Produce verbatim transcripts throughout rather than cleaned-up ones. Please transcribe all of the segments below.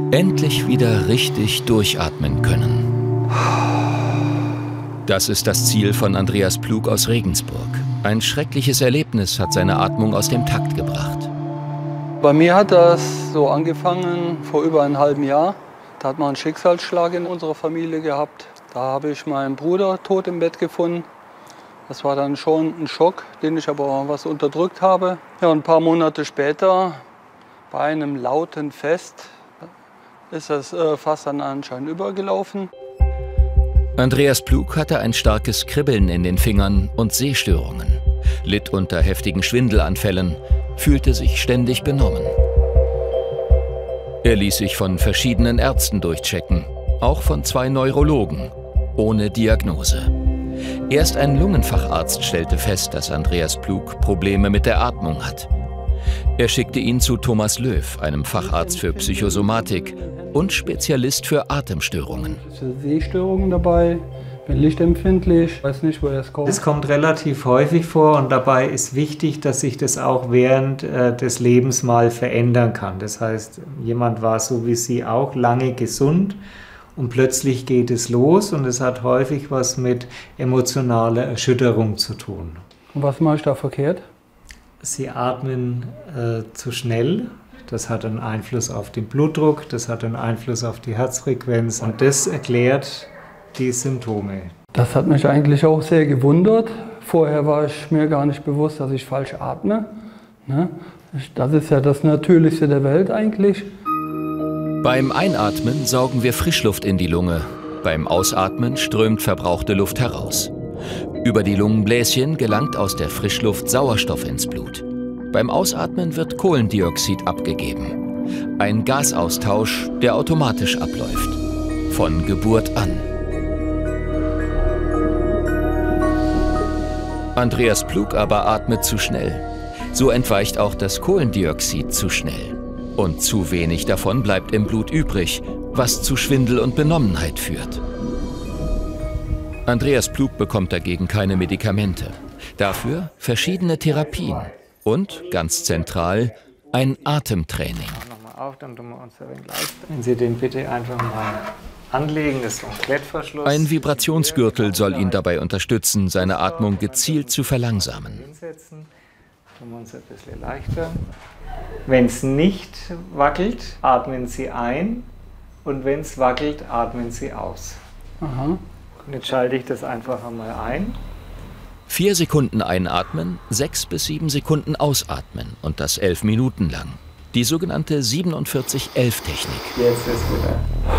Endlich wieder richtig durchatmen können. Das ist das Ziel von Andreas Plug aus Regensburg. Ein schreckliches Erlebnis hat seine Atmung aus dem Takt gebracht. Bei mir hat das so angefangen vor über einem halben Jahr. Da hat man einen Schicksalsschlag in unserer Familie gehabt. Da habe ich meinen Bruder tot im Bett gefunden. Das war dann schon ein Schock, den ich aber was unterdrückt habe. Ja, und ein paar Monate später, bei einem lauten Fest, ist das äh, fast dann anscheinend übergelaufen. Andreas Plug hatte ein starkes Kribbeln in den Fingern und Sehstörungen, litt unter heftigen Schwindelanfällen, fühlte sich ständig benommen. Er ließ sich von verschiedenen Ärzten durchchecken, auch von zwei Neurologen, ohne Diagnose. Erst ein Lungenfacharzt stellte fest, dass Andreas Plug Probleme mit der Atmung hat. Er schickte ihn zu Thomas Löw, einem Facharzt für Psychosomatik und Spezialist für Atemstörungen. Sehstörungen dabei, bin lichtempfindlich, weiß nicht, woher es kommt. Es kommt relativ häufig vor und dabei ist wichtig, dass sich das auch während äh, des Lebens mal verändern kann. Das heißt, jemand war so wie Sie auch lange gesund und plötzlich geht es los und es hat häufig was mit emotionaler Erschütterung zu tun. Und was mache ich da verkehrt? Sie atmen äh, zu schnell. Das hat einen Einfluss auf den Blutdruck, das hat einen Einfluss auf die Herzfrequenz und das erklärt die Symptome. Das hat mich eigentlich auch sehr gewundert. Vorher war ich mir gar nicht bewusst, dass ich falsch atme. Das ist ja das Natürlichste der Welt eigentlich. Beim Einatmen saugen wir Frischluft in die Lunge. Beim Ausatmen strömt verbrauchte Luft heraus. Über die Lungenbläschen gelangt aus der Frischluft Sauerstoff ins Blut. Beim Ausatmen wird Kohlendioxid abgegeben. Ein Gasaustausch, der automatisch abläuft. Von Geburt an. Andreas Plug aber atmet zu schnell. So entweicht auch das Kohlendioxid zu schnell. Und zu wenig davon bleibt im Blut übrig, was zu Schwindel und Benommenheit führt. Andreas Plug bekommt dagegen keine Medikamente. Dafür verschiedene Therapien. Und, ganz zentral, ein Atemtraining. Wenn Sie den bitte einfach mal anlegen, das ist ein Klettverschluss. Ein Vibrationsgürtel soll ihn dabei unterstützen, seine Atmung gezielt zu verlangsamen. Tun wir uns ein bisschen leichter. Wenn es nicht wackelt, atmen Sie ein und wenn es wackelt, atmen Sie aus. Aha. Und jetzt schalte ich das einfach einmal ein. Vier Sekunden einatmen, sechs bis sieben Sekunden ausatmen und das elf Minuten lang. Die sogenannte siebenundvierzig elf Technik. Jetzt ist wieder.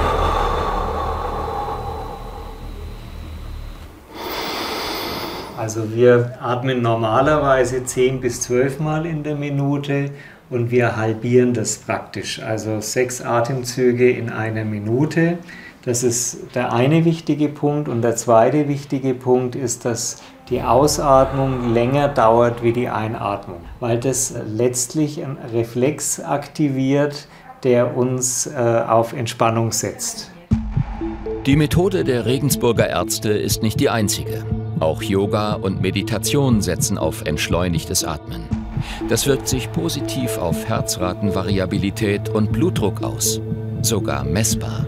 Also wir atmen normalerweise zehn bis zwölf Mal in der Minute und wir halbieren das praktisch. Also sechs Atemzüge in einer Minute. Das ist der eine wichtige Punkt. Und der zweite wichtige Punkt ist, dass die Ausatmung länger dauert wie die Einatmung, weil das letztlich einen Reflex aktiviert, der uns äh, auf Entspannung setzt. Die Methode der Regensburger Ärzte ist nicht die einzige. Auch Yoga und Meditation setzen auf entschleunigtes Atmen. Das wirkt sich positiv auf Herzratenvariabilität und Blutdruck aus, sogar messbar.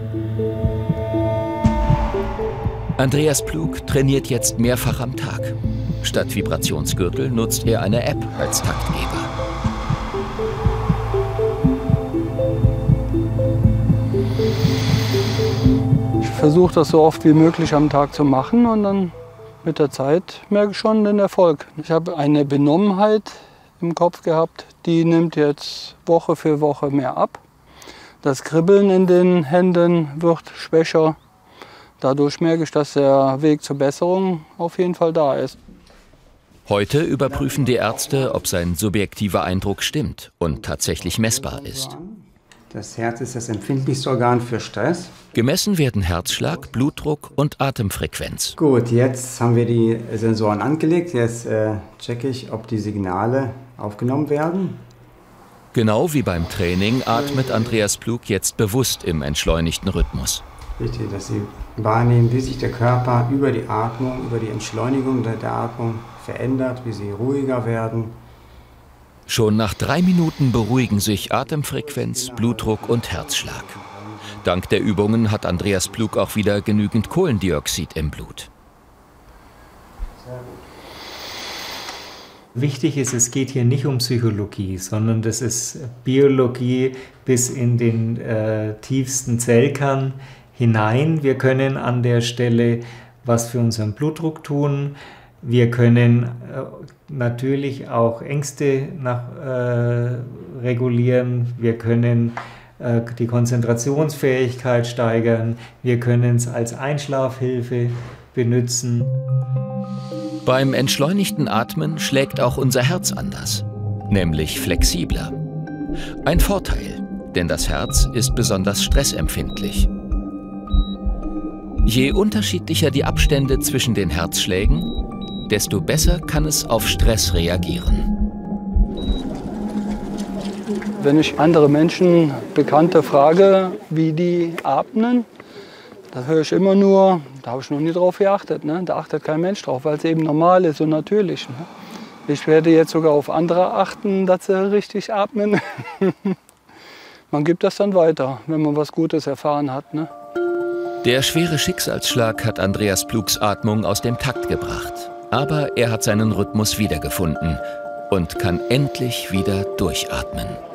Andreas Plug trainiert jetzt mehrfach am Tag. Statt Vibrationsgürtel nutzt er eine App als Taktgeber. Ich versuche das so oft wie möglich am Tag zu machen und dann mit der Zeit merke ich schon den Erfolg. Ich habe eine Benommenheit im Kopf gehabt, die nimmt jetzt Woche für Woche mehr ab. Das Kribbeln in den Händen wird schwächer. Dadurch merke ich, dass der Weg zur Besserung auf jeden Fall da ist. Heute überprüfen die Ärzte, ob sein subjektiver Eindruck stimmt und tatsächlich messbar ist. Das Herz ist das empfindlichste Organ für Stress. Gemessen werden Herzschlag, Blutdruck und Atemfrequenz. Gut, jetzt haben wir die Sensoren angelegt. Jetzt äh, checke ich, ob die Signale aufgenommen werden. Genau wie beim Training atmet Andreas Plug jetzt bewusst im entschleunigten Rhythmus. Wichtig, dass Sie wahrnehmen, wie sich der Körper über die Atmung, über die Entschleunigung der Atmung verändert, wie Sie ruhiger werden. Schon nach drei Minuten beruhigen sich Atemfrequenz, Blutdruck und Herzschlag. Dank der Übungen hat Andreas Plug auch wieder genügend Kohlendioxid im Blut. Wichtig ist, es geht hier nicht um Psychologie, sondern das ist Biologie bis in den äh, tiefsten Zellkern hinein. Wir können an der Stelle was für unseren Blutdruck tun. Wir können äh, natürlich auch Ängste nach, äh, regulieren. Wir können äh, die Konzentrationsfähigkeit steigern. Wir können es als Einschlafhilfe benutzen. Beim entschleunigten Atmen schlägt auch unser Herz anders, nämlich flexibler. Ein Vorteil, denn das Herz ist besonders stressempfindlich. Je unterschiedlicher die Abstände zwischen den Herzschlägen, desto besser kann es auf Stress reagieren. Wenn ich andere Menschen, Bekannte frage, wie die atmen, da höre ich immer nur, da habe ich noch nie drauf geachtet. Ne? Da achtet kein Mensch drauf, weil es eben normal ist und natürlich. Ne? Ich werde jetzt sogar auf andere achten, dass sie richtig atmen. Man gibt das dann weiter, wenn man was Gutes erfahren hat. Ne? Der schwere Schicksalsschlag hat Andreas Plugs Atmung aus dem Takt gebracht. Aber er hat seinen Rhythmus wiedergefunden und kann endlich wieder durchatmen.